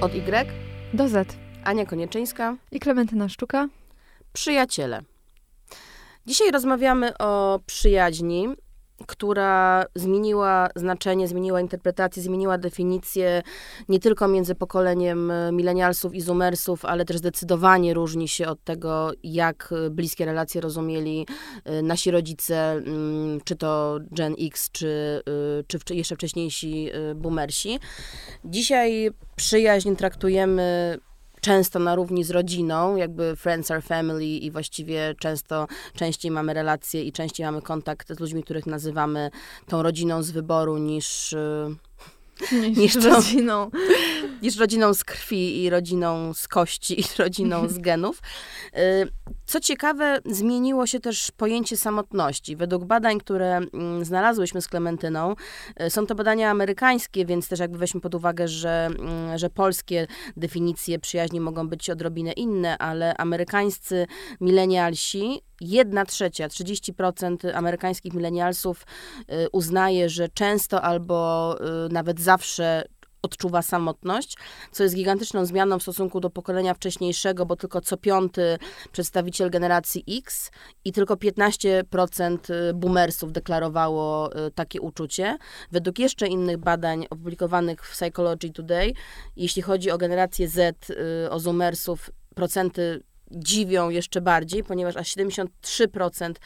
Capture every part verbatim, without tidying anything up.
Od Y do Z. Ania Konieczyńska I Klementyna Sztuka. Przyjaciele. Dzisiaj rozmawiamy o przyjaźni, która zmieniła znaczenie, zmieniła interpretację, zmieniła definicję nie tylko między pokoleniem milenialsów i zoomersów, ale też zdecydowanie różni się od tego, jak bliskie relacje rozumieli nasi rodzice, czy to Gen X, czy, czy jeszcze wcześniejsi boomersi. Dzisiaj przyjaźń traktujemy często na równi z rodziną, jakby friends are family i właściwie często częściej mamy relacje i częściej mamy kontakt z ludźmi, których nazywamy tą rodziną z wyboru niż... Niż, niż rodziną. Niż rodziną z krwi i rodziną z kości i rodziną z genów. Co ciekawe, zmieniło się też pojęcie samotności. Według badań, które znalazłyśmy z Klementyną, są to badania amerykańskie, więc też jakby weźmy pod uwagę, że, że polskie definicje przyjaźni mogą być odrobinę inne, ale amerykańscy milenialsi, jedna trzecia, trzydzieści procent amerykańskich milenialsów uznaje, że często albo nawet zawsze odczuwa samotność, co jest gigantyczną zmianą w stosunku do pokolenia wcześniejszego, bo tylko co piąty przedstawiciel generacji X i tylko piętnaście procent boomersów deklarowało takie uczucie. Według jeszcze innych badań opublikowanych w Psychology Today, jeśli chodzi o generację Z, o zoomersów, procenty dziwią jeszcze bardziej, ponieważ aż siedemdziesiąt trzy procent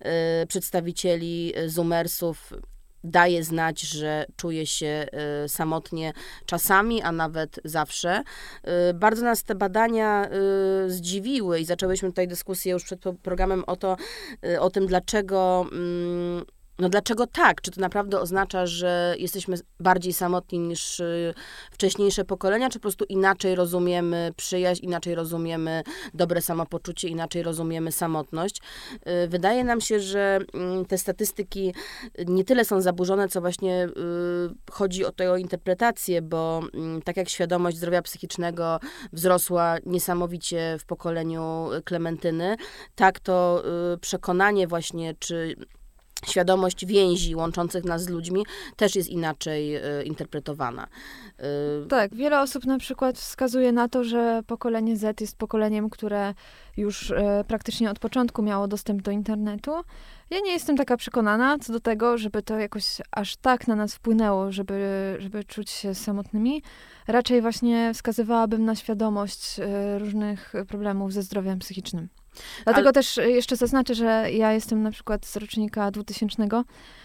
przedstawicieli zoomersów daje znać, że czuje się y, samotnie czasami, a nawet zawsze. Y, bardzo nas te badania y, zdziwiły i zaczęłyśmy tutaj dyskusję już przed programem o to, y, o tym, dlaczego y, No dlaczego tak? Czy to naprawdę oznacza, że jesteśmy bardziej samotni niż y, wcześniejsze pokolenia, czy po prostu inaczej rozumiemy przyjaźń, inaczej rozumiemy dobre samopoczucie, inaczej rozumiemy samotność? Y, wydaje nam się, że y, te statystyki nie tyle są zaburzone, co właśnie y, chodzi o tę interpretację, bo y, tak jak świadomość zdrowia psychicznego wzrosła niesamowicie w pokoleniu Klementyny, tak to y, przekonanie właśnie, czy świadomość więzi łączących nas z ludźmi też jest inaczej y, interpretowana. Y... Tak, wiele osób na przykład wskazuje na to, że pokolenie Z jest pokoleniem, które już y, praktycznie od początku miało dostęp do internetu. Ja nie jestem taka przekonana co do tego, żeby to jakoś aż tak na nas wpłynęło, żeby, żeby czuć się samotnymi. Raczej właśnie wskazywałabym na świadomość y, różnych problemów ze zdrowiem psychicznym. Dlatego Ale... też jeszcze zaznaczę, że ja jestem na przykład z rocznika dwutysięcznego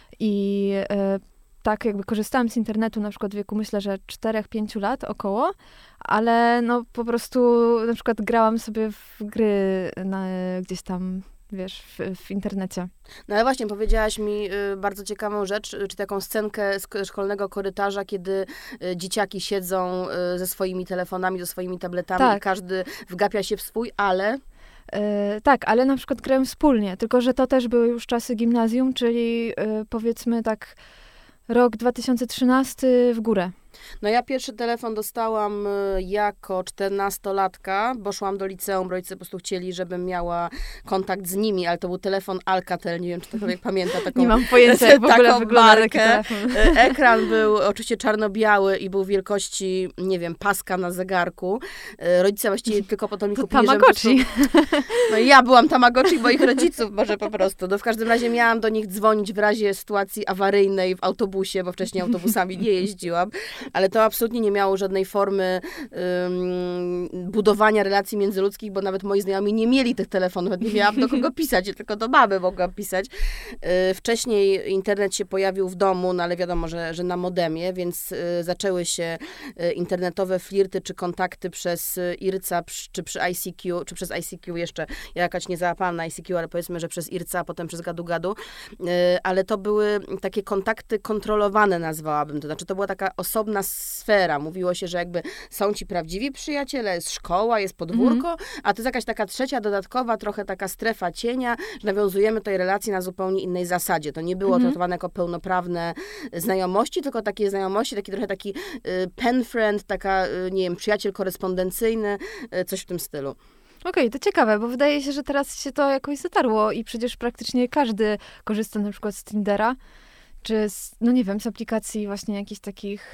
i e, tak jakby korzystałam z internetu na przykład w wieku myślę, że cztery pięć lat około, ale no po prostu na przykład grałam sobie w gry na, gdzieś tam, wiesz, w, w internecie. No ale właśnie, powiedziałaś mi y, bardzo ciekawą rzecz, y, czy taką scenkę z szkolnego korytarza, kiedy y, dzieciaki siedzą y, ze swoimi telefonami, ze swoimi tabletami tak. I każdy wgapia się w swój, ale... Yy, tak, ale na przykład grałem wspólnie, tylko że to też były już czasy gimnazjum, czyli yy, powiedzmy tak rok dwa tysiące trzynasty w górę. No ja pierwszy telefon dostałam jako czternastolatka, bo szłam do liceum, rodzice po prostu chcieli, żebym miała kontakt z nimi, ale to był telefon Alcatel, nie wiem, czy ktokolwiek pamięta taką Nie mam pojęcia, jak w ogóle wygląda taki telefon. Ekran był oczywiście czarno-biały i był wielkości, nie wiem, paska na zegarku. Rodzice właściwie tylko potem mi to kupili, Tamagotchi. Że no i ja byłam Tamagotchi moich rodziców, może po prostu. No w każdym razie miałam do nich dzwonić w razie sytuacji awaryjnej w autobusie, bo wcześniej autobusami nie jeździłam. Ale to absolutnie nie miało żadnej formy um, budowania relacji międzyludzkich, bo nawet moi znajomi nie mieli tych telefonów, nie miałam do kogo pisać, ja tylko do mamy mogłam pisać. Yy, wcześniej internet się pojawił w domu, no ale wiadomo, że, że na modemie, więc yy, zaczęły się yy, internetowe flirty czy kontakty przez yy, IRCA przy, czy przy I C Q, czy przez I C Q jeszcze, ja jakaś nie załapałam na I C Q, ale powiedzmy, że przez IRCA, a potem przez gadu-gadu, yy, ale to były takie kontakty kontrolowane, nazwałabym to, znaczy to była taka osobna sfera. Mówiło się, że jakby są ci prawdziwi przyjaciele, jest szkoła, jest podwórko, mm. a to jest jakaś taka trzecia, dodatkowa, trochę taka strefa cienia, że nawiązujemy tej relacji na zupełnie innej zasadzie. To nie było mm. traktowane jako pełnoprawne znajomości, tylko takie znajomości, taki trochę taki y, pen friend, taka, y, nie wiem, przyjaciel korespondencyjny, y, coś w tym stylu. Okej, okay, to ciekawe, bo wydaje się, że teraz się to jakoś zatarło i przecież praktycznie każdy korzysta na przykład z Tindera, czy z, no nie wiem, z aplikacji właśnie jakichś takich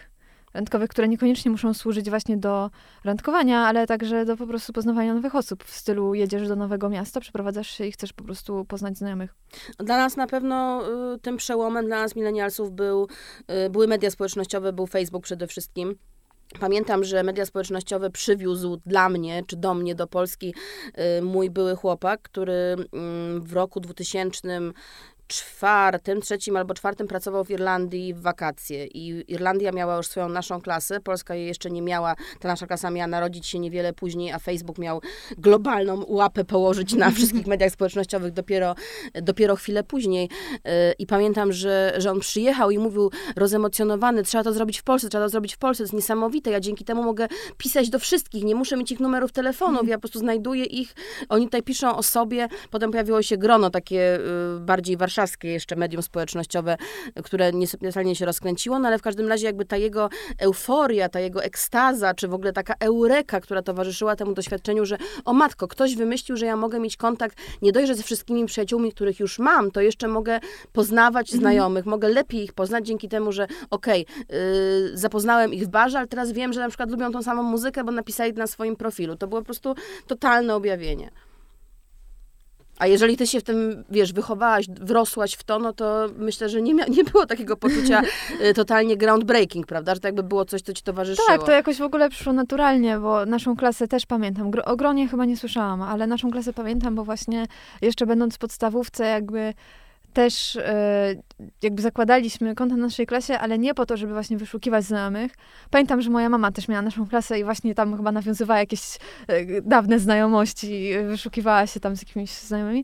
randkowych, które niekoniecznie muszą służyć właśnie do randkowania, ale także do po prostu poznawania nowych osób. W stylu jedziesz do nowego miasta, przeprowadzasz się i chcesz po prostu poznać znajomych. Dla nas na pewno y, tym przełomem, dla nas milenialsów był, y, były media społecznościowe, był Facebook przede wszystkim. Pamiętam, że media społecznościowe przywiózł dla mnie, czy do mnie, do Polski, y, mój były chłopak, który y, w roku dwutysięcznym czwartym, trzecim albo czwartym pracował w Irlandii w wakacje i Irlandia miała już swoją naszą klasę, Polska jej jeszcze nie miała, ta nasza klasa miała narodzić się niewiele później, a Facebook miał globalną łapę położyć na wszystkich mediach społecznościowych dopiero, dopiero chwilę później i pamiętam, że, że on przyjechał i mówił rozemocjonowany, trzeba to zrobić w Polsce, trzeba to zrobić w Polsce, to jest niesamowite, ja dzięki temu mogę pisać do wszystkich, nie muszę mieć ich numerów telefonów, ja po prostu znajduję ich, oni tutaj piszą o sobie, potem pojawiło się grono takie y, bardziej warszawskie, jeszcze medium społecznościowe, które niespecjalnie się rozkręciło, no ale w każdym razie jakby ta jego euforia, ta jego ekstaza, czy w ogóle taka eureka, która towarzyszyła temu doświadczeniu, że o matko, ktoś wymyślił, że ja mogę mieć kontakt nie dość, że ze wszystkimi przyjaciółmi, których już mam, to jeszcze mogę poznawać znajomych, mogę lepiej ich poznać dzięki temu, że okej, okay, yy, zapoznałem ich w barze, ale teraz wiem, że na przykład lubią tą samą muzykę, bo napisali na swoim profilu. To było po prostu totalne objawienie. A jeżeli ty się w tym, wiesz, wychowałaś, wrosłaś w to, no to myślę, że nie, mia- nie było takiego poczucia y, totalnie groundbreaking, prawda? Że to jakby było coś, co ci towarzyszyło. Tak, to jakoś w ogóle przyszło naturalnie, bo naszą klasę też pamiętam. Gro- o gronie chyba nie słyszałam, ale naszą klasę pamiętam, bo właśnie jeszcze będąc w podstawówce jakby też e, jakby zakładaliśmy konta na naszej klasie, ale nie po to, żeby właśnie wyszukiwać znajomych. Pamiętam, że moja mama też miała naszą klasę i właśnie tam chyba nawiązywała jakieś e, dawne znajomości, wyszukiwała się tam z jakimiś znajomymi.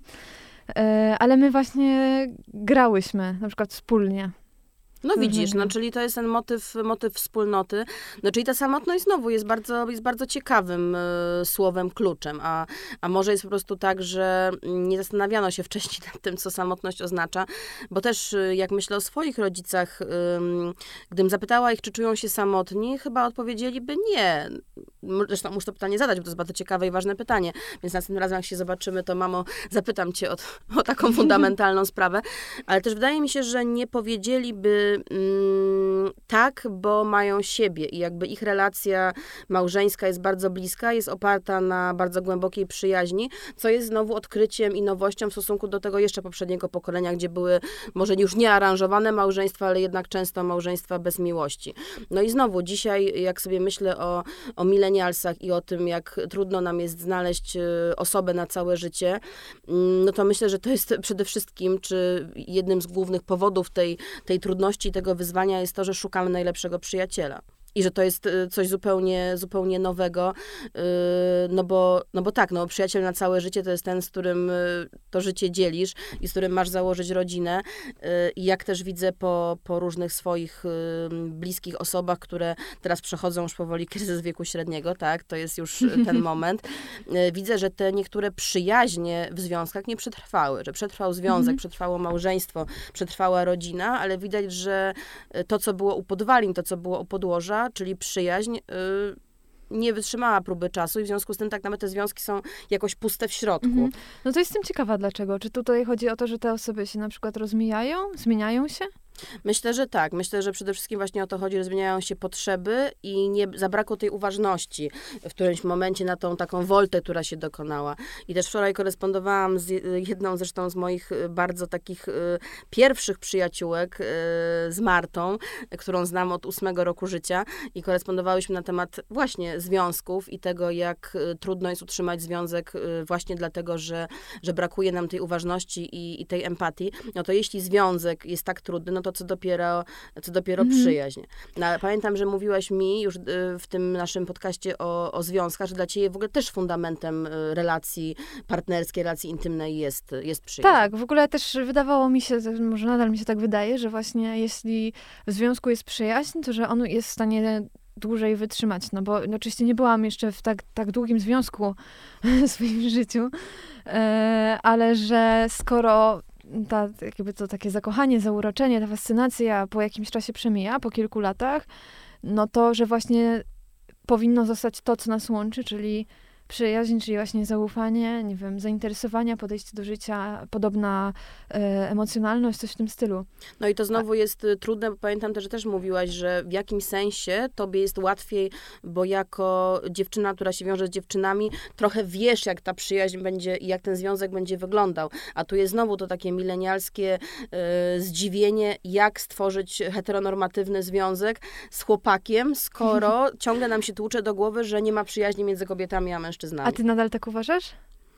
E, ale my właśnie grałyśmy, na przykład wspólnie. No widzisz, no czyli to jest ten motyw, motyw wspólnoty. No czyli ta samotność znowu jest bardzo, jest bardzo ciekawym y, słowem, kluczem, a, a może jest po prostu tak, że nie zastanawiano się wcześniej nad tym, co samotność oznacza, bo też y, jak myślę o swoich rodzicach, y, gdybym zapytała ich, czy czują się samotni, chyba odpowiedzieliby nie. Zresztą muszę to pytanie zadać, bo to jest bardzo ciekawe i ważne pytanie, więc następnym razem, jak się zobaczymy, to mamo, zapytam cię o, o taką fundamentalną sprawę, ale też wydaje mi się, że nie powiedzieliby mm, tak, bo mają siebie i jakby ich relacja małżeńska jest bardzo bliska, jest oparta na bardzo głębokiej przyjaźni, co jest znowu odkryciem i nowością w stosunku do tego jeszcze poprzedniego pokolenia, gdzie były może już nie aranżowane małżeństwa, ale jednak często małżeństwa bez miłości. No i znowu dzisiaj, jak sobie myślę o, o milenialsach i o tym, jak trudno nam jest znaleźć osobę na całe życie, no to myślę, że to jest przede wszystkim, czy jednym z głównych powodów tej, tej trudności, tego wyzwania jest to, że szukamy najlepszego przyjaciela. I że to jest coś zupełnie, zupełnie nowego, no bo, no bo tak, no przyjaciel na całe życie to jest ten, z którym to życie dzielisz i z którym masz założyć rodzinę. I jak też widzę po, po różnych swoich bliskich osobach, które teraz przechodzą już powoli kryzys wieku średniego, tak, to jest już ten moment. Widzę, że te niektóre przyjaźnie w związkach nie przetrwały, że przetrwał związek, mhm. przetrwało małżeństwo, przetrwała rodzina, ale widać, że to, co było u podwalin, to, co było u podłoża, czyli przyjaźń, yy, nie wytrzymała próby czasu i w związku z tym tak nawet te związki są jakoś puste w środku. Mhm. No to jestem ciekawa dlaczego. Czy tutaj chodzi o to, że te osoby się na przykład rozmijają, zmieniają się? Myślę, że tak. Myślę, że przede wszystkim właśnie o to chodzi, że zmieniają się potrzeby i nie zabrakło tej uważności w którymś momencie na tą taką woltę, która się dokonała. I też wczoraj korespondowałam z jedną zresztą z moich bardzo takich y, pierwszych przyjaciółek y, z Martą, którą znam od ósmego roku życia i korespondowałyśmy na temat właśnie związków i tego, jak y, trudno jest utrzymać związek y, właśnie dlatego, że, że brakuje nam tej uważności i, i tej empatii. No to jeśli związek jest tak trudny, no to co dopiero, co dopiero mm. przyjaźń. No, pamiętam, że mówiłaś mi już w tym naszym podcaście o, o związkach, że dla ciebie w ogóle też fundamentem relacji partnerskiej, relacji intymnej jest, jest przyjaźń. Tak, w ogóle też wydawało mi się, może nadal mi się tak wydaje, że właśnie jeśli w związku jest przyjaźń, to że on jest w stanie dłużej wytrzymać, no bo no, oczywiście nie byłam jeszcze w tak, tak długim związku w swoim życiu, e, ale że skoro ta, jakby to takie zakochanie, zauroczenie, ta fascynacja po jakimś czasie przemija, po kilku latach, no to, że właśnie powinno zostać to, co nas łączy, czyli przyjaźń, czyli właśnie zaufanie, nie wiem, zainteresowania, podejście do życia, podobna e, emocjonalność, coś w tym stylu. No i to znowu jest y, trudne, bo pamiętam też, że też mówiłaś, że w jakimś sensie tobie jest łatwiej, bo jako dziewczyna, która się wiąże z dziewczynami, trochę wiesz, jak ta przyjaźń będzie i jak ten związek będzie wyglądał. A tu jest znowu to takie milenialskie y, zdziwienie, jak stworzyć heteronormatywny związek z chłopakiem, skoro ciągle nam się tłucze do głowy, że nie ma przyjaźni między kobietami a mężczyznami. A ty nadal tak uważasz?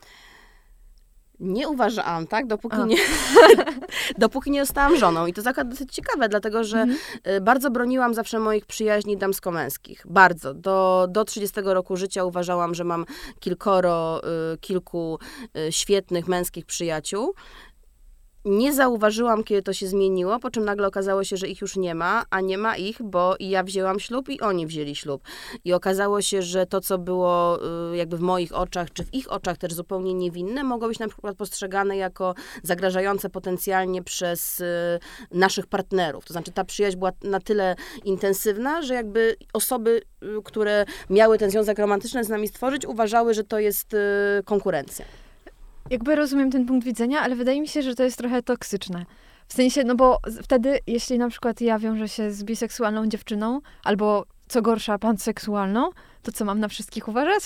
Nie uważałam, tak? Dopóki nie, dopóki nie zostałam żoną. I to jest akurat dosyć ciekawe, dlatego że mhm. bardzo broniłam zawsze moich przyjaźni damsko-męskich. Bardzo. Do, do trzydziestego roku życia uważałam, że mam kilkoro, kilku świetnych męskich przyjaciół. Nie zauważyłam, kiedy to się zmieniło, po czym nagle okazało się, że ich już nie ma, a nie ma ich, bo i ja wzięłam ślub i oni wzięli ślub. I okazało się, że to, co było jakby w moich oczach, czy w ich oczach też zupełnie niewinne, mogło być na przykład postrzegane jako zagrażające potencjalnie przez naszych partnerów. To znaczy ta przyjaźń była na tyle intensywna, że jakby osoby, które miały ten związek romantyczny z nami stworzyć, uważały, że to jest konkurencja. Jakby rozumiem ten punkt widzenia, ale wydaje mi się, że to jest trochę toksyczne. W sensie, no bo wtedy, jeśli na przykład ja wiążę się z biseksualną dziewczyną, albo co gorsza, panseksualną, to co, mam na wszystkich uważać?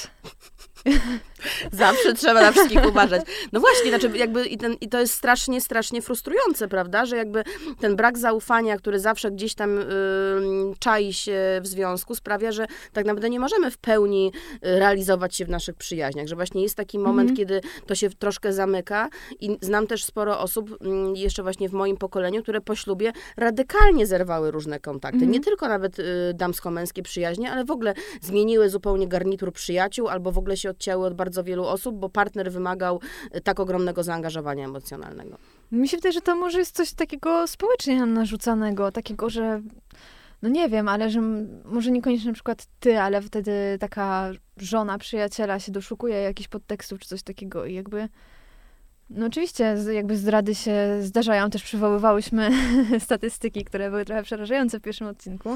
Zawsze trzeba na wszystkich uważać. No właśnie, znaczy jakby i, ten, i to jest strasznie, strasznie frustrujące, prawda, że jakby ten brak zaufania, który zawsze gdzieś tam y, czai się w związku, sprawia, że tak naprawdę nie możemy w pełni realizować się w naszych przyjaźniach, że właśnie jest taki moment, mhm. kiedy to się troszkę zamyka i znam też sporo osób, y, jeszcze właśnie w moim pokoleniu, które po ślubie radykalnie zerwały różne kontakty. Mhm. Nie tylko nawet y, damsko-męskie przyjaźnie, ale w ogóle zmieniły zupełnie garnitur przyjaciół, albo w ogóle się odcięły od bardzo wielu osób, bo partner wymagał tak ogromnego zaangażowania emocjonalnego. Mi się wydaje, że to może jest coś takiego społecznie narzucanego, takiego, że no nie wiem, ale że może niekoniecznie na przykład ty, ale wtedy taka żona przyjaciela się doszukuje jakichś podtekstów czy coś takiego i jakby no oczywiście jakby zdrady się zdarzają, też przywoływałyśmy statystyki, które były trochę przerażające w pierwszym odcinku,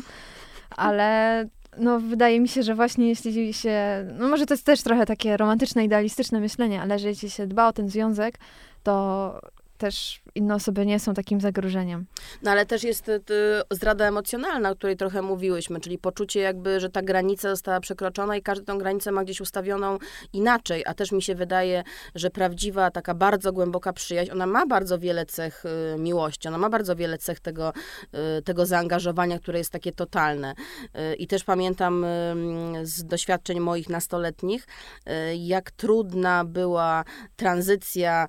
ale no wydaje mi się, że właśnie jeśli się, no może to jest też trochę takie romantyczne, idealistyczne myślenie, ale że jeśli się dba o ten związek, to też inne osoby nie są takim zagrożeniem. No ale też jest y, zdrada emocjonalna, o której trochę mówiłyśmy, czyli poczucie jakby, że ta granica została przekroczona i każdy tę granicę ma gdzieś ustawioną inaczej, a też mi się wydaje, że prawdziwa, taka bardzo głęboka przyjaźń, ona ma bardzo wiele cech y, miłości, ona ma bardzo wiele cech tego, y, tego zaangażowania, które jest takie totalne. Y, I też pamiętam y, z doświadczeń moich nastoletnich, y, jak trudna była tranzycja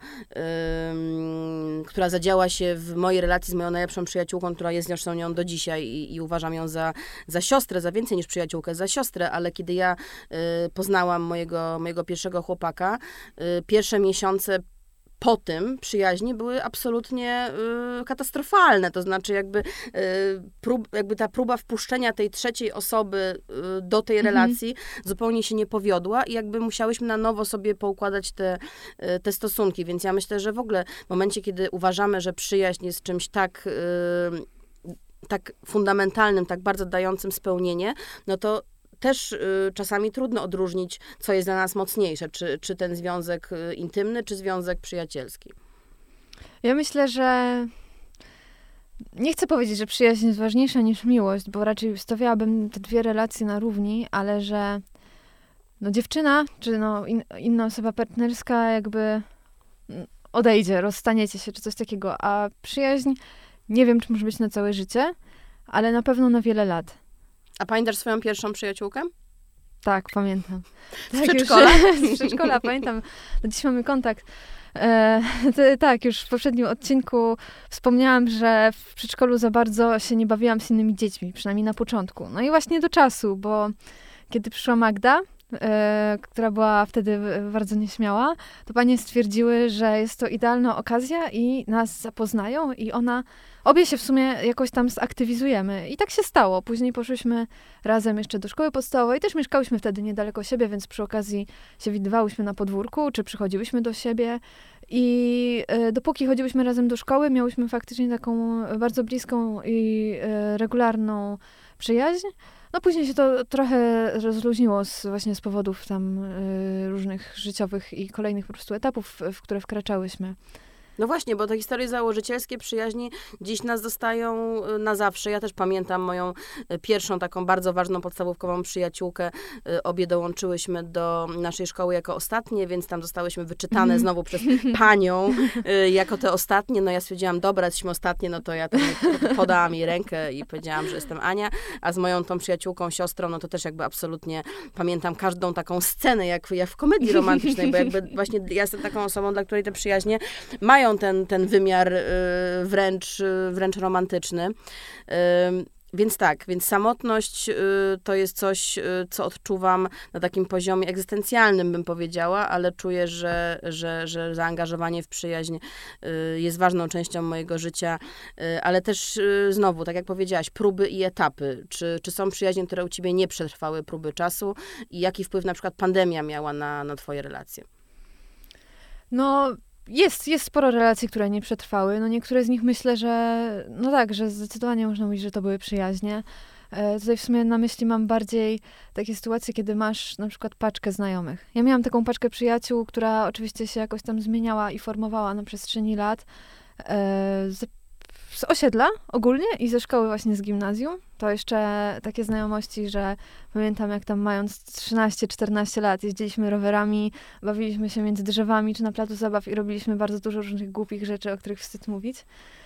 y, która zadziała się w mojej relacji z moją najlepszą przyjaciółką, która jest zresztą nią do dzisiaj i, i uważam ją za, za siostrę, za więcej niż przyjaciółkę, za siostrę, ale kiedy ja y, poznałam mojego, mojego pierwszego chłopaka, y, pierwsze miesiące po tym przyjaźni były absolutnie y, katastrofalne. To znaczy jakby, y, prób, jakby ta próba wpuszczenia tej trzeciej osoby y, do tej mhm. relacji zupełnie się nie powiodła i jakby musiałyśmy na nowo sobie poukładać te, y, te stosunki. Więc ja myślę, że w ogóle w momencie, kiedy uważamy, że przyjaźń jest czymś tak, y, tak fundamentalnym, tak bardzo dającym spełnienie, no to też y, czasami trudno odróżnić, co jest dla nas mocniejsze, czy, czy ten związek y, intymny, czy związek przyjacielski. Ja myślę, że nie chcę powiedzieć, że przyjaźń jest ważniejsza niż miłość, bo raczej stawiałabym te dwie relacje na równi, ale że no dziewczyna, czy no in, inna osoba partnerska jakby odejdzie, rozstaniecie się, czy coś takiego, a przyjaźń nie wiem, czy może być na całe życie, ale na pewno na wiele lat. A pamiętasz swoją pierwszą przyjaciółkę? Tak, pamiętam. Z tak, przedszkola? Już, z przedszkola, pamiętam. Do dziś mamy kontakt. E, to, tak, już w poprzednim odcinku wspomniałam, że w przedszkolu za bardzo się nie bawiłam z innymi dziećmi, przynajmniej na początku. No i właśnie do czasu, bo kiedy przyszła Magda, e, która była wtedy bardzo nieśmiała, to panie stwierdziły, że jest to idealna okazja i nas zapoznają i ona... Obie się w sumie jakoś tam zaktywizujemy. I tak się stało. Później poszłyśmy razem jeszcze do szkoły podstawowej. Też mieszkałyśmy wtedy niedaleko siebie, więc przy okazji się widywałyśmy na podwórku, czy przychodziłyśmy do siebie. I y, dopóki chodziłyśmy razem do szkoły, miałyśmy faktycznie taką bardzo bliską i y, regularną przyjaźń. No później się to trochę rozluźniło z, właśnie z powodów tam y, różnych życiowych i kolejnych po prostu etapów, w które wkraczałyśmy. No właśnie, bo te historie założycielskie przyjaźni gdzieś nas zostają na zawsze. Ja też pamiętam moją pierwszą taką bardzo ważną, podstawówkową przyjaciółkę. Obie dołączyłyśmy do naszej szkoły jako ostatnie, więc tam zostałyśmy wyczytane mm. znowu przez panią jako te ostatnie. No ja stwierdziłam, dobra, jesteśmy ostatnie, no to ja tam podałam jej rękę i powiedziałam, że jestem Ania. A z moją tą przyjaciółką, siostrą, no to też jakby absolutnie pamiętam każdą taką scenę, jak, jak w komedii romantycznej, bo jakby właśnie ja jestem taką osobą, dla której te przyjaźnie mają ten, ten wymiar y, wręcz, y, wręcz romantyczny. Y, więc tak, więc samotność y, to jest coś, y, co odczuwam na takim poziomie egzystencjalnym, bym powiedziała, ale czuję, że, że, że zaangażowanie w przyjaźń y, jest ważną częścią mojego życia, y, ale też y, znowu, tak jak powiedziałaś, próby i etapy. Czy, czy są przyjaźnie, które u ciebie nie przetrwały próby czasu i jaki wpływ na przykład pandemia miała na, na twoje relacje? No... Jest, jest sporo relacji, które nie przetrwały. No niektóre z nich myślę, że no tak, że zdecydowanie można mówić, że to były przyjaźnie. E, tutaj w sumie na myśli mam bardziej takie sytuacje, kiedy masz na przykład paczkę znajomych. Ja miałam taką paczkę przyjaciół, która oczywiście się jakoś tam zmieniała i formowała na przestrzeni lat. E, z, z osiedla ogólnie i ze szkoły właśnie z gimnazjum. To jeszcze takie znajomości, że pamiętam jak tam mając trzynaście czternaście lat jeździliśmy rowerami, bawiliśmy się między drzewami czy na placu zabaw i robiliśmy bardzo dużo różnych głupich rzeczy, o których wstyd mówić.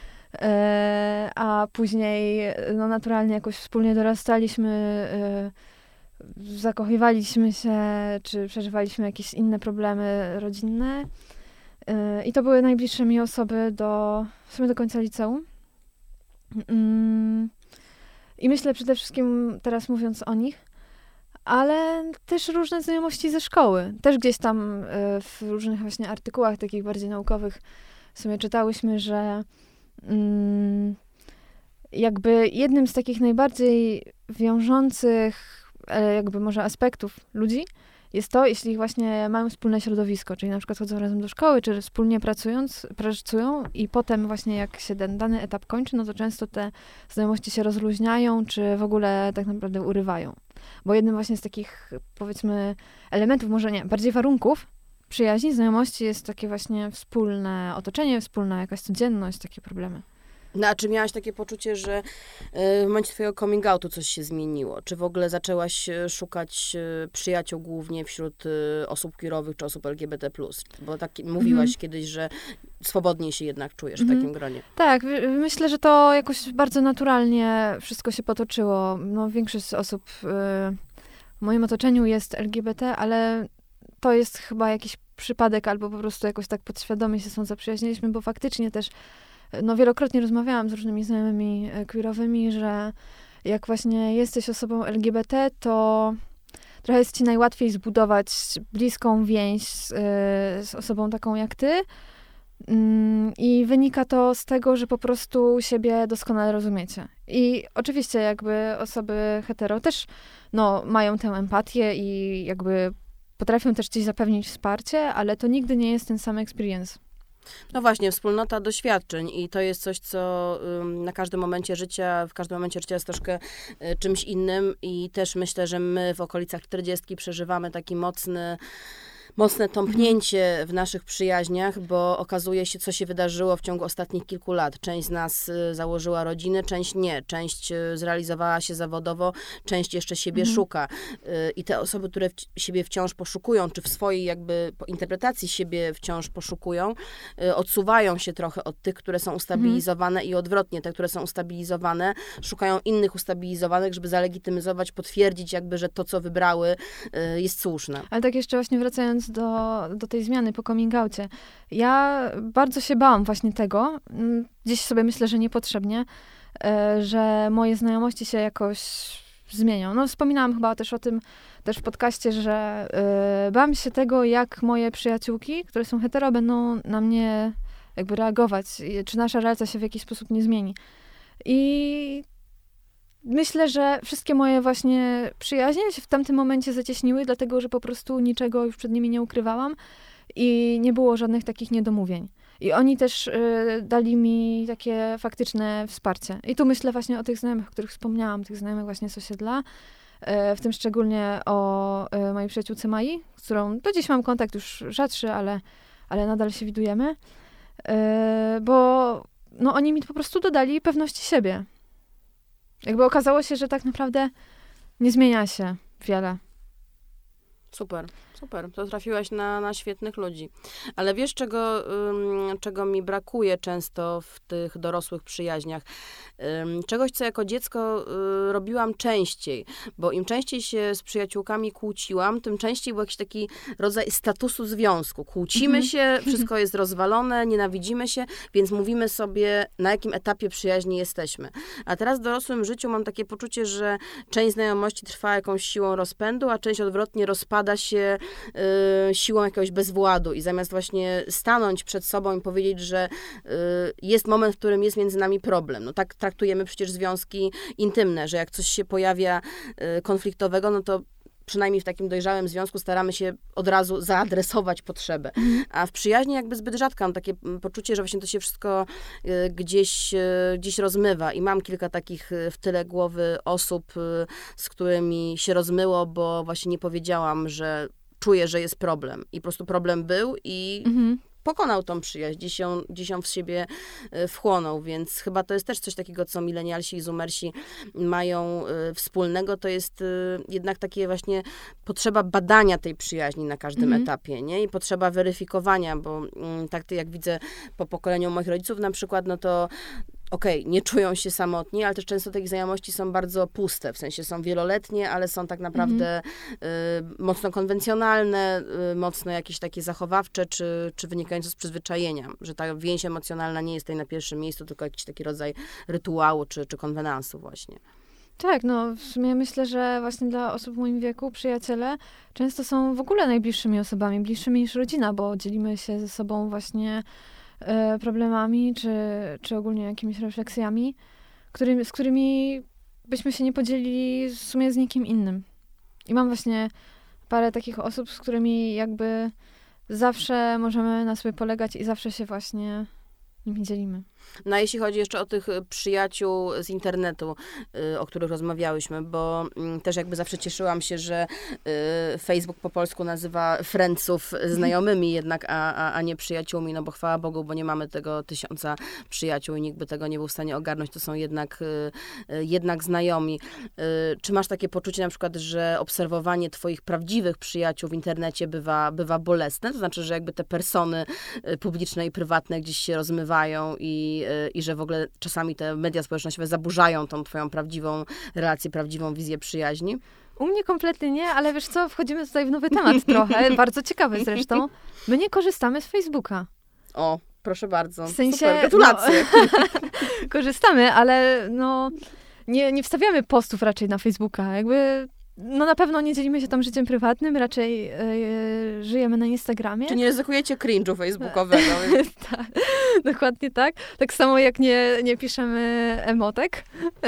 E, a później no naturalnie jakoś wspólnie dorastaliśmy, e, zakochiwaliśmy się, czy przeżywaliśmy jakieś inne problemy rodzinne. E, I to były najbliższe mi osoby do, w sumie do końca liceum. Mm. I myślę przede wszystkim, teraz mówiąc o nich, ale też różne znajomości ze szkoły. Też gdzieś tam w różnych właśnie artykułach takich bardziej naukowych w sumie czytałyśmy, że mm, jakby jednym z takich najbardziej wiążących jakby może aspektów ludzi jest to, jeśli właśnie mają wspólne środowisko, czyli na przykład chodzą razem do szkoły, czy wspólnie pracując, pracują i potem właśnie jak się ten dany etap kończy, no to często te znajomości się rozluźniają, czy w ogóle tak naprawdę urywają. Bo jednym właśnie z takich, powiedzmy, elementów, może nie, bardziej warunków przyjaźni, znajomości jest takie właśnie wspólne otoczenie, wspólna jakaś codzienność, takie problemy. No, a czy miałaś takie poczucie, że w momencie twojego coming outu coś się zmieniło? Czy w ogóle zaczęłaś szukać przyjaciół głównie wśród osób queerowych czy osób L G B T plus? Bo tak mówiłaś mm. kiedyś, że swobodniej się jednak czujesz mm. w takim gronie. Tak, myślę, że to jakoś bardzo naturalnie wszystko się potoczyło. No, większość osób w moim otoczeniu jest L G B T, ale to jest chyba jakiś przypadek albo po prostu jakoś tak podświadomie się z tą zaprzyjaźniliśmy, bo faktycznie też no wielokrotnie rozmawiałam z różnymi znajomymi queerowymi, że jak właśnie jesteś osobą L G B T, to trochę jest ci najłatwiej zbudować bliską więź z, z osobą taką jak ty. I wynika to z tego, że po prostu siebie doskonale rozumiecie. I oczywiście jakby osoby hetero też no, mają tę empatię i jakby potrafią też ci zapewnić wsparcie, ale to nigdy nie jest ten sam experience. No właśnie, wspólnota doświadczeń i to jest coś, co ym, na każdym momencie życia, w każdym momencie życia jest troszkę y, czymś innym i też myślę, że my w okolicach czterdziestki przeżywamy taki mocny mocne tąpnięcie w naszych przyjaźniach, bo okazuje się, co się wydarzyło w ciągu ostatnich kilku lat. Część z nas y, założyła rodziny, część nie. Część y, zrealizowała się zawodowo, część jeszcze siebie mhm. szuka. Y, I te osoby, które w, siebie wciąż poszukują, czy w swojej jakby interpretacji siebie wciąż poszukują, y, odsuwają się trochę od tych, które są ustabilizowane mhm. i odwrotnie. Te, które są ustabilizowane, szukają innych ustabilizowanych, żeby zalegitymyzować, potwierdzić jakby, że to, co wybrały, y, jest słuszne. Ale tak jeszcze właśnie wracając do, do tej zmiany po coming outie. Ja bardzo się bałam właśnie tego, gdzieś sobie myślę, że niepotrzebnie, że moje znajomości się jakoś zmienią. No wspominałam chyba też o tym też w podcaście, że bałam się tego, jak moje przyjaciółki, które są hetero, będą na mnie jakby reagować, czy nasza relacja się w jakiś sposób nie zmieni. I myślę, że wszystkie moje właśnie przyjaźnie się w tamtym momencie zacieśniły, dlatego, że po prostu niczego już przed nimi nie ukrywałam i nie było żadnych takich niedomówień. I oni też y, dali mi takie faktyczne wsparcie. I tu myślę właśnie o tych znajomych, o których wspomniałam, tych znajomych właśnie z osiedla, e, w tym szczególnie o e, mojej przyjaciółce Mai, z którą do dziś mam kontakt już rzadszy, ale, ale nadal się widujemy, e, bo no, oni mi po prostu dodali pewności siebie. Jakby okazało się, że tak naprawdę nie zmienia się wiele. Super, super. To trafiłaś na, na świetnych ludzi. Ale wiesz, czego, ym, czego mi brakuje często w tych dorosłych przyjaźniach? Ym, czegoś, co jako dziecko y, robiłam częściej, bo im częściej się z przyjaciółkami kłóciłam, tym częściej był jakiś taki rodzaj statusu związku. Kłócimy Mhm. się, wszystko jest rozwalone, nienawidzimy się, więc mówimy sobie, na jakim etapie przyjaźni jesteśmy. A teraz w dorosłym życiu mam takie poczucie, że część znajomości trwa jakąś siłą rozpędu, a część odwrotnie rozpada się y, siłą jakiegoś bezwładu i zamiast właśnie stanąć przed sobą i powiedzieć, że y, jest moment, w którym jest między nami problem. No tak traktujemy przecież związki intymne, że jak coś się pojawia y, konfliktowego, no to przynajmniej w takim dojrzałym związku staramy się od razu zaadresować potrzebę. A w przyjaźni jakby zbyt rzadko mam takie poczucie, że właśnie to się wszystko y, gdzieś, y, gdzieś rozmywa. I mam kilka takich y, w tyle głowy osób, y, z którymi się rozmyło, bo właśnie nie powiedziałam, że czuję, że jest problem. I po prostu problem był i Mhm. pokonał tą przyjaźń, gdzieś ją, gdzieś ją w siebie y, wchłonął, więc chyba to jest też coś takiego, co milenialsi i zoomersi mają y, wspólnego, to jest y, jednak takie właśnie potrzeba badania tej przyjaźni na każdym Mhm. etapie, nie? I potrzeba weryfikowania, bo y, tak jak widzę po pokoleniu moich rodziców na przykład, no to okej, nie czują się samotni, ale też często te ich znajomości są bardzo puste, w sensie są wieloletnie, ale są tak naprawdę y, mocno konwencjonalne, y, mocno jakieś takie zachowawcze, czy, czy wynikające z przyzwyczajenia, że ta więź emocjonalna nie jest tutaj na pierwszym miejscu, tylko jakiś taki rodzaj rytuału, czy, czy konwenansu właśnie. Tak, no w sumie myślę, że właśnie dla osób w moim wieku przyjaciele często są w ogóle najbliższymi osobami, bliższymi niż rodzina, bo dzielimy się ze sobą właśnie e, problemami, czy, czy ogólnie jakimiś refleksjami, którymi, z którymi byśmy się nie podzielili w sumie z nikim innym. I mam właśnie parę takich osób, z którymi jakby zawsze możemy na sobie polegać i zawsze się właśnie nimi dzielimy. No a jeśli chodzi jeszcze o tych y, przyjaciół z internetu, y, o których rozmawiałyśmy, bo y, też jakby zawsze cieszyłam się, że y, Facebook po polsku nazywa friendsów znajomymi jednak, a, a, a nie przyjaciółmi, no bo chwała Bogu, bo nie mamy tego tysiąca przyjaciół i nikt by tego nie był w stanie ogarnąć, to są jednak, y, y, jednak znajomi. Y, czy masz takie poczucie na przykład, że obserwowanie twoich prawdziwych przyjaciół w internecie bywa, bywa bolesne? To znaczy, że jakby te persony y, publiczne i prywatne gdzieś się rozmywają i i że w ogóle czasami te media społecznościowe zaburzają tą twoją prawdziwą relację, prawdziwą wizję przyjaźni? U mnie kompletnie nie, ale wiesz co, wchodzimy tutaj w nowy temat trochę, bardzo ciekawy zresztą. My nie korzystamy z Facebooka. O, proszę bardzo. W sensie, Super, gratulacje. No, korzystamy, ale no nie, nie wstawiamy postów raczej na Facebooka. Jakby no na pewno nie dzielimy się tam życiem prywatnym, raczej yy, żyjemy na Instagramie. Czy nie ryzykujecie cringe'u facebookowego? Tak, dokładnie tak. Tak samo jak nie, nie piszemy emotek.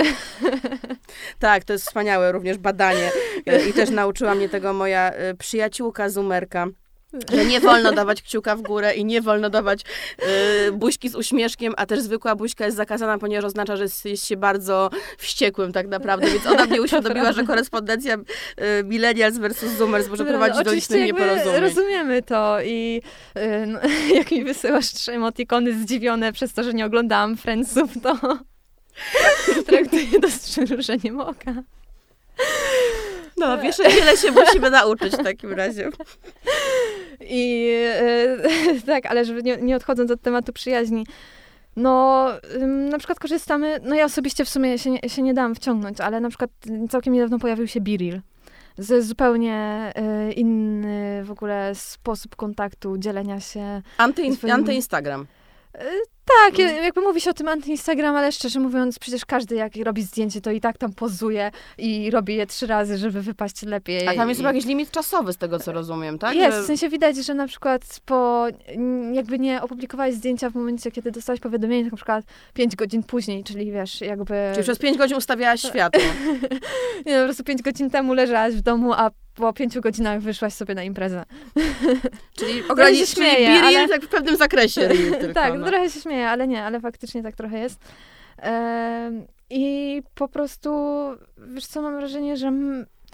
Tak, to jest wspaniałe również badanie. I też nauczyła mnie tego moja przyjaciółka zoomerka, że nie wolno dawać kciuka w górę i nie wolno dawać y, buźki z uśmieszkiem, a też zwykła buźka jest zakazana, ponieważ oznacza, że jest, jest się bardzo wściekłym tak naprawdę, więc ona mnie uświadomiła, że korespondencja y, millennials versus zoomers może prowadzić do licznych nieporozumień. Rozumiemy to i y, no, jak mi wysyłasz trzy emotikony zdziwione przez to, że nie oglądałam Friendsów, to traktuję to z przymrużeniem oka. No, wiesz, wiele się musimy nauczyć w takim razie. I e, tak, ale żeby nie, nie odchodząc od tematu przyjaźni, no ym, na przykład korzystamy, no ja osobiście w sumie się nie, się nie dałam wciągnąć, ale na przykład całkiem niedawno pojawił się BeReal. Z zupełnie y, inny w ogóle sposób kontaktu, dzielenia się. Anty, swoim... Anty-Instagram. Tak, jakby mówi się o tym anty-Instagram, ale szczerze mówiąc, przecież każdy jak robi zdjęcie, to i tak tam pozuje i robi je trzy razy, żeby wypaść lepiej. A tam jest i... chyba jakiś limit czasowy z tego, co rozumiem, tak? Jest, że... w sensie widać, że na przykład po, jakby nie opublikowałeś zdjęcia w momencie, kiedy dostałeś powiadomienie, na przykład pięć godzin później, czyli wiesz, jakby... Czyli przez pięć godzin ustawiałaś światło. Nie, no, po prostu pięć godzin temu leżałaś w domu, a po pięciu godzinach wyszłaś sobie na imprezę. Czyli ograniczyć śmieję, BeReal ale... tak w pewnym zakresie real tylko. Tak, no. trochę się śmieję, ale nie, ale faktycznie tak trochę jest. Ehm, I po prostu, wiesz co, mam wrażenie, że m-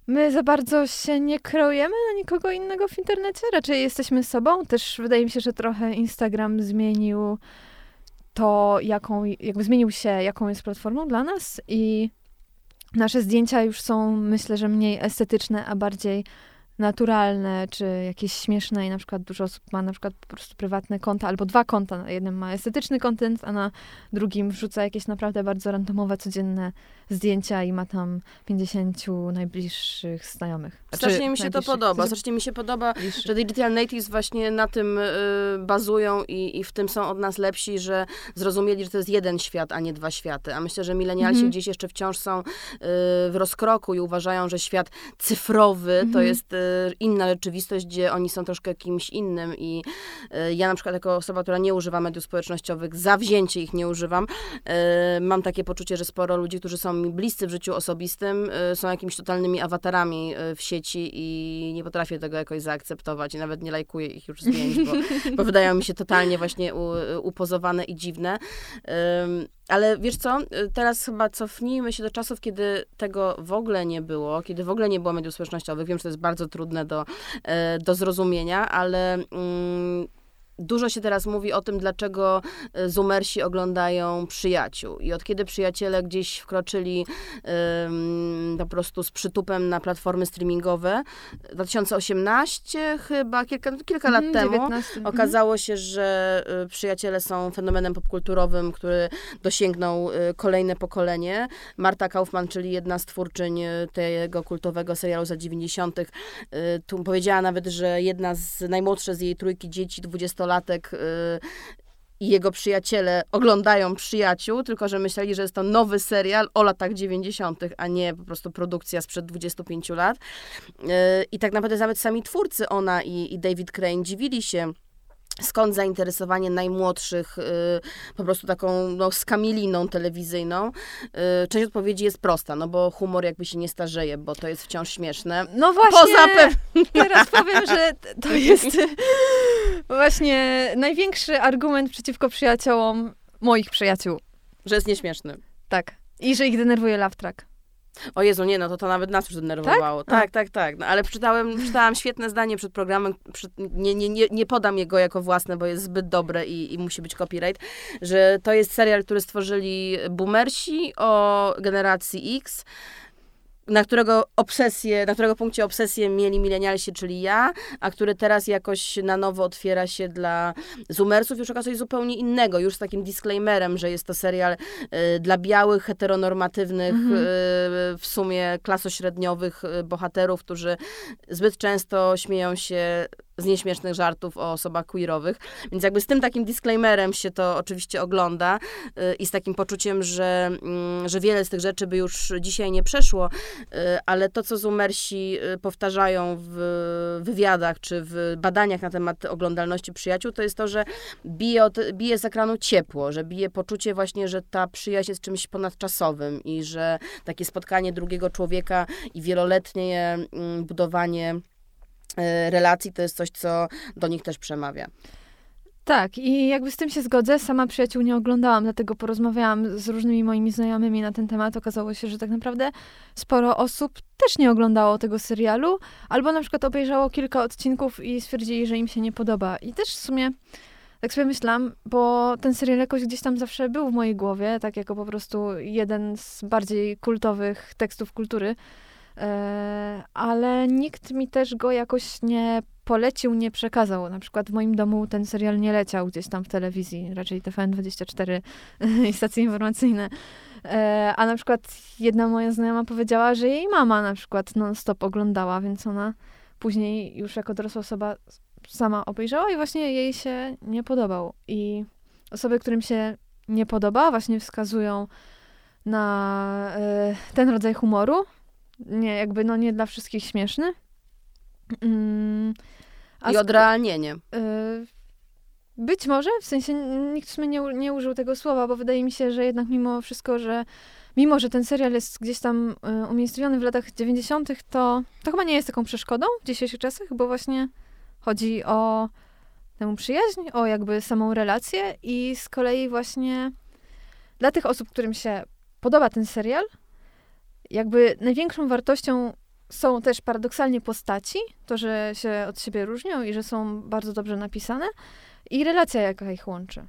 My za bardzo się nie kreujemy na nikogo innego w internecie, raczej jesteśmy sobą. Też wydaje mi się, że trochę Instagram zmienił to, jaką, jakby zmienił się, jaką jest platformą dla nas i nasze zdjęcia już są, myślę, że mniej estetyczne, a bardziej naturalne, czy jakieś śmieszne i na przykład dużo osób ma na przykład po prostu prywatne konta, albo dwa konta. Na jednym ma estetyczny content, a na drugim wrzuca jakieś naprawdę bardzo randomowe, codzienne zdjęcia i ma tam pięćdziesięciu najbliższych znajomych. Strasznie mi się to podoba. Strasznie mi się podoba, że Digital Natives właśnie na tym y, bazują i, i w tym są od nas lepsi, że zrozumieli, że to jest jeden świat, a nie dwa światy. A myślę, że milenialsi mm-hmm. gdzieś jeszcze wciąż są y, w rozkroku i uważają, że świat cyfrowy mm-hmm. to jest y, inna rzeczywistość, gdzie oni są troszkę kimś innym i y, ja na przykład jako osoba, która nie używa mediów społecznościowych, zawzięcie ich nie używam, y, mam takie poczucie, że sporo ludzi, którzy są mi bliscy w życiu osobistym, y, są jakimiś totalnymi awatarami y, w sieci i nie potrafię tego jakoś zaakceptować i nawet nie lajkuję ich już zdjęć, bo, bo wydają mi się totalnie właśnie u, upozowane i dziwne. Um, ale wiesz co, teraz chyba cofnijmy się do czasów, kiedy tego w ogóle nie było, kiedy w ogóle nie było mediów społecznościowych. Wiem, że to jest bardzo trudne do, do zrozumienia, ale um, dużo się teraz mówi o tym, dlaczego zoomersi oglądają Przyjaciół. I od kiedy Przyjaciele gdzieś wkroczyli um, po prostu z przytupem na platformy streamingowe, dwa tysiące osiemnaście chyba, kilka, kilka lat temu, dziewiętnaście okazało się, że y, Przyjaciele są fenomenem popkulturowym, który dosięgnął y, kolejne pokolenie. Marta Kaufman, czyli jedna z twórczyń tego kultowego serialu z lat dziewięćdziesiątych, y, tu powiedziała nawet, że jedna z najmłodszych z jej trójki dzieci, dwudziestolatek, i jego przyjaciele oglądają Przyjaciół, tylko że myśleli, że jest to nowy serial o latach dziewięćdziesiątych, a nie po prostu produkcja sprzed dwudziestu pięciu lat. I tak naprawdę nawet sami twórcy, ona i, i David Crane, dziwili się, skąd zainteresowanie najmłodszych y, po prostu taką no, skamieliną telewizyjną. Y, część odpowiedzi jest prosta, no bo humor jakby się nie starzeje, bo to jest wciąż śmieszne. No właśnie, Poza pe- teraz powiem, że to jest właśnie największy argument przeciwko przyjaciołom moich przyjaciół. Że jest nieśmieszny. Tak. I że ich denerwuje laugh track. O Jezu, nie, no to to nawet nas już denerwowało. Tak, tak, tak. tak. No, ale przeczytałem, przeczytałam świetne zdanie przed programem, przy, nie, nie, nie, nie podam jego jako własne, bo jest zbyt dobre i, i musi być copyright, że to jest serial, który stworzyli boomersi o generacji X, na którego obsesję, na którego punkcie obsesję mieli milenialsi, czyli ja, a który teraz jakoś na nowo otwiera się dla zoomersów, już okazuje zupełnie innego, już z takim disclaimerem, że jest to serial y, dla białych, heteronormatywnych, mhm. y, w sumie klasośredniowych y, bohaterów, którzy zbyt często śmieją się z nieśmiesznych żartów o osobach queerowych. Więc jakby z tym takim disclaimerem się to oczywiście ogląda y, i z takim poczuciem, że, y, że wiele z tych rzeczy by już dzisiaj nie przeszło, y, ale to, co zoomersi y, powtarzają w wywiadach czy w badaniach na temat oglądalności Przyjaciół, to jest to, że bije, od, bije z ekranu ciepło, że bije poczucie właśnie, że ta przyjaźń jest czymś ponadczasowym i że takie spotkanie drugiego człowieka i wieloletnie y, budowanie relacji to jest coś, co do nich też przemawia. Tak, i jakby z tym się zgodzę. Sama Przyjaciół nie oglądałam, dlatego porozmawiałam z różnymi moimi znajomymi na ten temat. Okazało się, że tak naprawdę sporo osób też nie oglądało tego serialu, albo na przykład obejrzało kilka odcinków i stwierdzili, że im się nie podoba. I też w sumie tak sobie myślałam, bo ten serial jakoś gdzieś tam zawsze był w mojej głowie, tak jako po prostu jeden z bardziej kultowych tekstów kultury. Ale nikt mi też go jakoś nie polecił, nie przekazał. Na przykład w moim domu ten serial nie leciał gdzieś tam w telewizji, raczej T V N dwadzieścia cztery i stacje informacyjne. A na przykład jedna moja znajoma powiedziała, że jej mama na przykład non-stop oglądała, więc ona później już jako dorosła osoba sama obejrzała i właśnie jej się nie podobał. I osoby, którym się nie podoba, właśnie wskazują na ten rodzaj humoru. Nie, jakby no nie dla wszystkich śmieszny. Mm, I odrealnienie. Y, być może, w sensie nikt w sumie nie, nie użył tego słowa, bo wydaje mi się, że jednak mimo wszystko, że mimo, że ten serial jest gdzieś tam y, umiejscowiony w latach dziewięćdziesiątych, to, to chyba nie jest taką przeszkodą w dzisiejszych czasach, bo właśnie chodzi o tę przyjaźń, o jakby samą relację i z kolei właśnie dla tych osób, którym się podoba ten serial, jakby największą wartością są też paradoksalnie postaci, to, że się od siebie różnią i że są bardzo dobrze napisane i relacja, jaka ich łączy.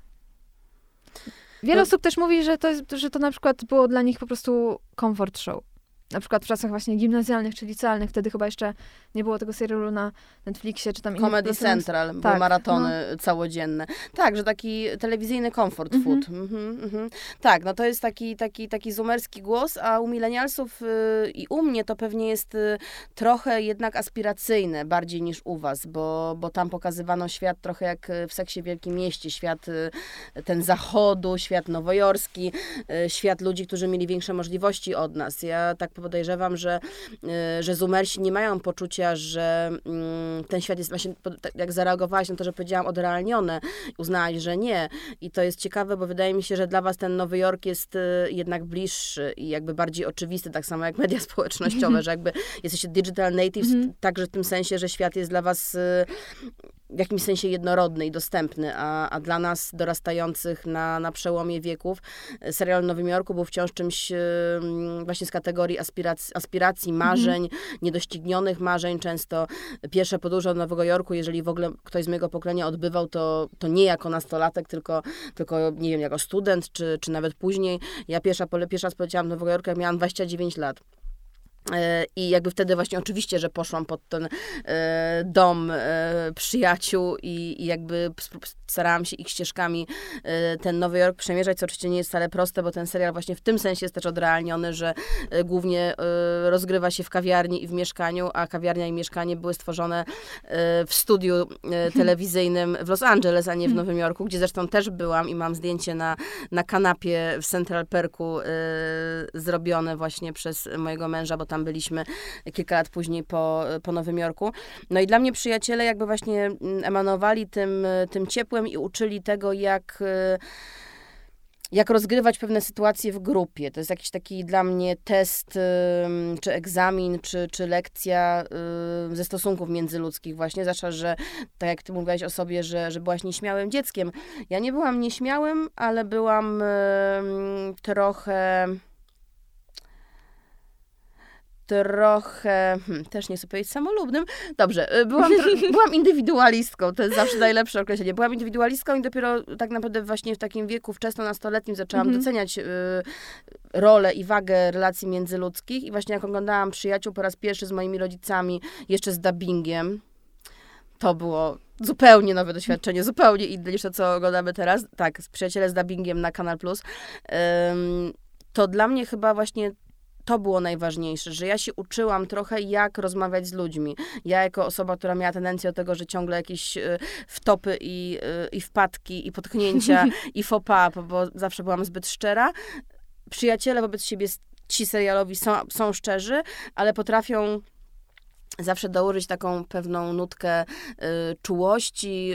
Wiele no. osób też mówi, że to, jest, że to na przykład było dla nich po prostu comfort show. Na przykład w czasach właśnie gimnazjalnych czy licealnych, wtedy chyba jeszcze nie było tego serialu na Netflixie, czy tam innych. Comedy Central, tak, były maratony no. całodzienne. Tak, że taki telewizyjny comfort mm-hmm. food. Mm-hmm, mm-hmm. Tak, no to jest taki, taki, taki zoomerski głos, a u milenialsów yy, i u mnie to pewnie jest yy, trochę jednak aspiracyjne, bardziej niż u was, bo, bo tam pokazywano świat trochę jak w Seksie w Wielkim Mieście, świat yy, ten zachodu, świat nowojorski, yy, świat ludzi, którzy mieli większe możliwości od nas. Ja tak podejrzewam, że, że zoomersi nie mają poczucia, że ten świat jest właśnie, jak zareagowałaś na to, że powiedziałam odrealnione, uznałaś, że nie. I to jest ciekawe, bo wydaje mi się, że dla was ten Nowy Jork jest jednak bliższy i jakby bardziej oczywisty, tak samo jak media społecznościowe, że jakby jesteście digital natives, mm-hmm. także w tym sensie, że świat jest dla was w jakimś sensie jednorodny i dostępny, a, a dla nas dorastających na, na przełomie wieków serial w Nowym Jorku był wciąż czymś właśnie z kategorii aspiracji, aspiracji marzeń, mm-hmm. niedoścignionych marzeń. Często pierwsze podróże do Nowego Jorku, jeżeli w ogóle ktoś z mojego pokolenia odbywał, to, to nie jako nastolatek, tylko, tylko nie wiem, jako student, czy, czy nawet później. Ja pierwsza, pierwsza raz poleciałam do Nowego Jorku, jak miałam dwadzieścia dziewięć lat. I jakby wtedy właśnie oczywiście, że poszłam pod ten e, dom e, przyjaciół i, i jakby starałam się ich ścieżkami e, ten Nowy Jork przemierzać, co oczywiście nie jest wcale proste, bo ten serial właśnie w tym sensie jest też odrealniony, że e, głównie e, rozgrywa się w kawiarni i w mieszkaniu, a kawiarnia i mieszkanie były stworzone e, w studiu e, telewizyjnym w Los Angeles, a nie w Nowym Jorku, gdzie zresztą też byłam i mam zdjęcie na, na kanapie w Central Perku e, zrobione właśnie przez mojego męża, bo tam byliśmy kilka lat później po, po Nowym Jorku. No i dla mnie przyjaciele jakby właśnie emanowali tym, tym ciepłem i uczyli tego, jak, jak rozgrywać pewne sytuacje w grupie. To jest jakiś taki dla mnie test, czy egzamin, czy, czy lekcja ze stosunków międzyludzkich właśnie, zwłaszcza, że tak jak ty mówiłaś o sobie, że, że byłaś nieśmiałym dzieckiem. Ja nie byłam nieśmiałym, ale byłam trochę... trochę, hmm, też nie chcę powiedzieć samolubnym, dobrze, byłam, byłam indywidualistką, to jest zawsze najlepsze określenie, byłam indywidualistką i dopiero tak naprawdę właśnie w takim wieku wczesnonastoletnim zaczęłam mm-hmm. doceniać y, rolę i wagę relacji międzyludzkich i właśnie jak oglądałam Przyjaciół po raz pierwszy z moimi rodzicami, jeszcze z dubbingiem, to było zupełnie nowe doświadczenie, zupełnie inne niż to, co oglądamy teraz, tak, Przyjaciele z dubbingiem na Kanal Plus, Ym, to dla mnie chyba właśnie to było najważniejsze, że ja się uczyłam trochę, jak rozmawiać z ludźmi. Ja jako osoba, która miała tendencję do tego, że ciągle jakieś y, wtopy i, y, i wpadki, i potknięcia, i faux pas, bo zawsze byłam zbyt szczera. Przyjaciele wobec siebie, ci serialowi są, są szczerzy, ale potrafią zawsze dołożyć taką pewną nutkę y, czułości,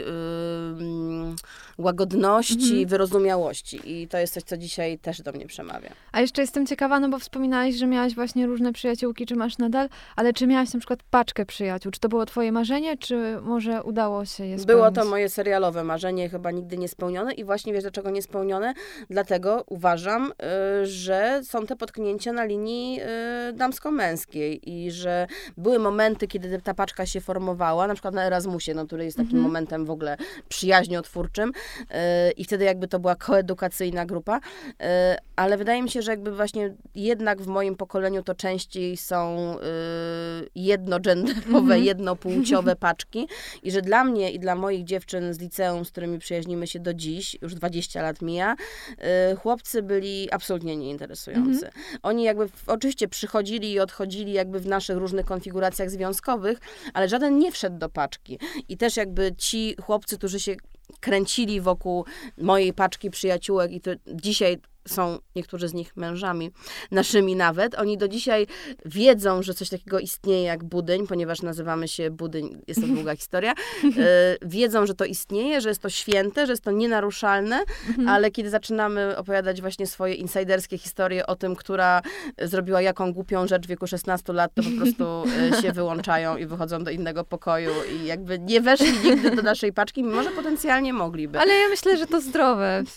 y, łagodności, mm-hmm. wyrozumiałości. I to jest coś, co dzisiaj też do mnie przemawia. A jeszcze jestem ciekawa, no bo wspominałaś, że miałaś właśnie różne przyjaciółki, czy masz nadal, ale czy miałaś na przykład paczkę przyjaciół? Czy to było twoje marzenie, czy może udało się je spełnić? Było to moje serialowe marzenie, chyba nigdy nie spełnione i właśnie wiesz, dlaczego nie spełnione? Dlatego uważam, y, że są te potknięcia na linii y, damsko-męskiej i że były momenty, kiedy ta paczka się formowała, na przykład na Erasmusie, no, który jest takim mhm. momentem w ogóle przyjaźniotwórczym yy, i wtedy jakby to była koedukacyjna grupa, yy, ale wydaje mi się, że jakby właśnie jednak w moim pokoleniu to częściej są yy, jednogenderowe, mhm. jednopłciowe paczki i że dla mnie i dla moich dziewczyn z liceum, z którymi przyjaźnimy się do dziś, już dwadzieścia lat mija, yy, chłopcy byli absolutnie nieinteresujący. Mhm. Oni jakby w, oczywiście przychodzili i odchodzili jakby w naszych różnych konfiguracjach związkowych, ale żaden nie wszedł do paczki. I też jakby ci chłopcy, którzy się kręcili wokół mojej paczki przyjaciółek i to dzisiaj są niektórzy z nich mężami, naszymi nawet. Oni do dzisiaj wiedzą, że coś takiego istnieje jak budyń, ponieważ nazywamy się budyń, jest to długa historia. E, wiedzą, że to istnieje, że jest to święte, że jest to nienaruszalne, mhm. ale kiedy zaczynamy opowiadać właśnie swoje insajderskie historie o tym, która zrobiła jaką głupią rzecz w wieku szesnastu lat, to po prostu e, się wyłączają i wychodzą do innego pokoju i jakby nie weszli nigdy do naszej paczki, mimo że potencjalnie mogliby. Ale ja myślę, że to zdrowe.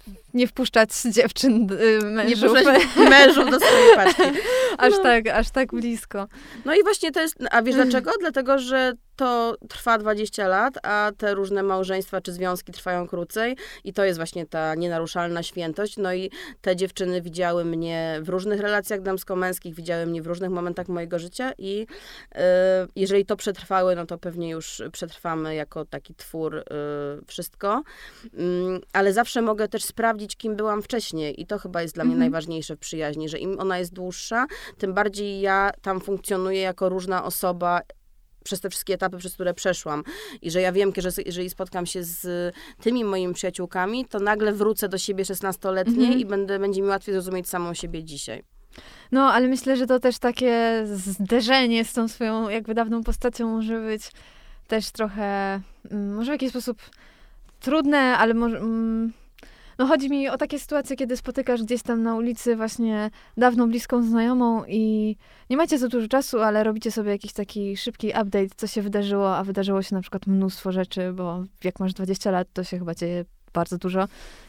nie wpuszczać dziewczyn, y, mężów. Nie wpuszczać mężów do swojej paczki. Aż No. tak, aż tak blisko. No i właśnie to jest, a wiesz dlaczego? Dlatego, że to trwa dwadzieścia lat, a te różne małżeństwa czy związki trwają krócej i to jest właśnie ta nienaruszalna świętość. No i te dziewczyny widziały mnie w różnych relacjach damsko-męskich, widziały mnie w różnych momentach mojego życia i y, jeżeli to przetrwały, no to pewnie już przetrwamy jako taki twór y, wszystko. Mm, ale zawsze mogę też sprawdzić, kim byłam wcześniej i to chyba jest dla mnie Mhm. najważniejsze w przyjaźni, że im ona jest dłuższa, tym bardziej ja tam funkcjonuję jako różna osoba przez te wszystkie etapy, przez które przeszłam. I że ja wiem, że jeżeli spotkam się z tymi moimi przyjaciółkami, to nagle wrócę do siebie szesnastoletniej Mhm. i będę, będzie mi łatwiej zrozumieć samą siebie dzisiaj. No, ale myślę, że to też takie zderzenie z tą swoją jakby dawną postacią może być też trochę, mm, może w jakiś sposób trudne, ale może... Mm, no chodzi mi o takie sytuacje, kiedy spotykasz gdzieś tam na ulicy właśnie dawną, bliską znajomą i nie macie za dużo czasu, ale robicie sobie jakiś taki szybki update, co się wydarzyło, a wydarzyło się na przykład mnóstwo rzeczy, bo jak masz dwadzieścia lat, to się chyba dzieje bardzo dużo.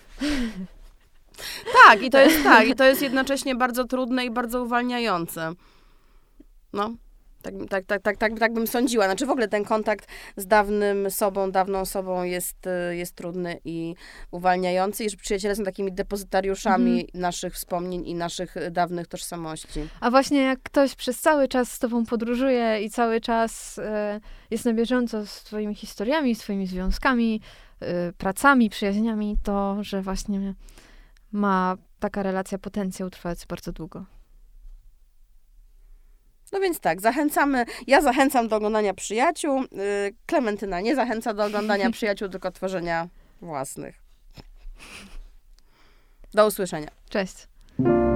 Tak, i to jest tak, i to jest jednocześnie bardzo trudne i bardzo uwalniające. No. Tak, tak, tak, tak, tak, tak bym sądziła. Znaczy w ogóle ten kontakt z dawnym sobą, dawną sobą jest, jest trudny i uwalniający i że przyjaciele są takimi depozytariuszami Mhm. naszych wspomnień i naszych dawnych tożsamości. A właśnie jak ktoś przez cały czas z tobą podróżuje i cały czas e, jest na bieżąco z twoimi historiami, swoimi związkami, e, pracami, przyjaźniami, to że właśnie ma taka relacja potencjał trwać bardzo długo. No więc tak, zachęcamy, ja zachęcam do oglądania Przyjaciół, yy, Klementyna nie zachęca do oglądania Przyjaciół, tylko tworzenia własnych. Do usłyszenia. Cześć.